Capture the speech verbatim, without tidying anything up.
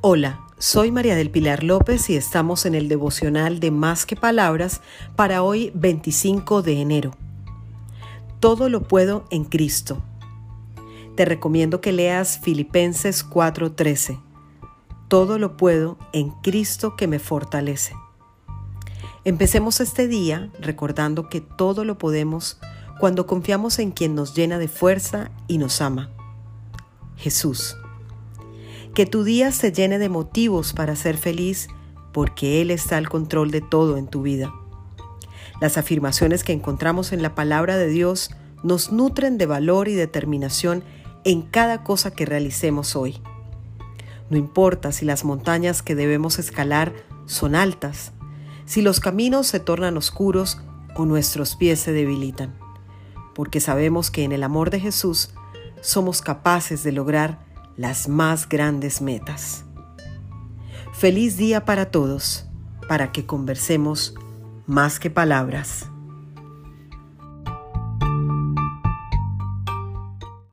Hola, soy María del Pilar López y estamos en el devocional de Más que Palabras para hoy veinticinco de enero. Todo lo puedo en Cristo. Te recomiendo que leas Filipenses cuatro trece. Todo lo puedo en Cristo que me fortalece. Empecemos este día recordando que todo lo podemos cuando confiamos en quien nos llena de fuerza y nos ama, Jesús. Que tu día se llene de motivos para ser feliz porque Él está al control de todo en tu vida. Las afirmaciones que encontramos en la palabra de Dios nos nutren de valor y determinación en cada cosa que realicemos hoy. No importa si las montañas que debemos escalar son altas, si los caminos se tornan oscuros o nuestros pies se debilitan, porque sabemos que en el amor de Jesús somos capaces de lograr las más grandes metas. Feliz día para todos, para que conversemos más que palabras.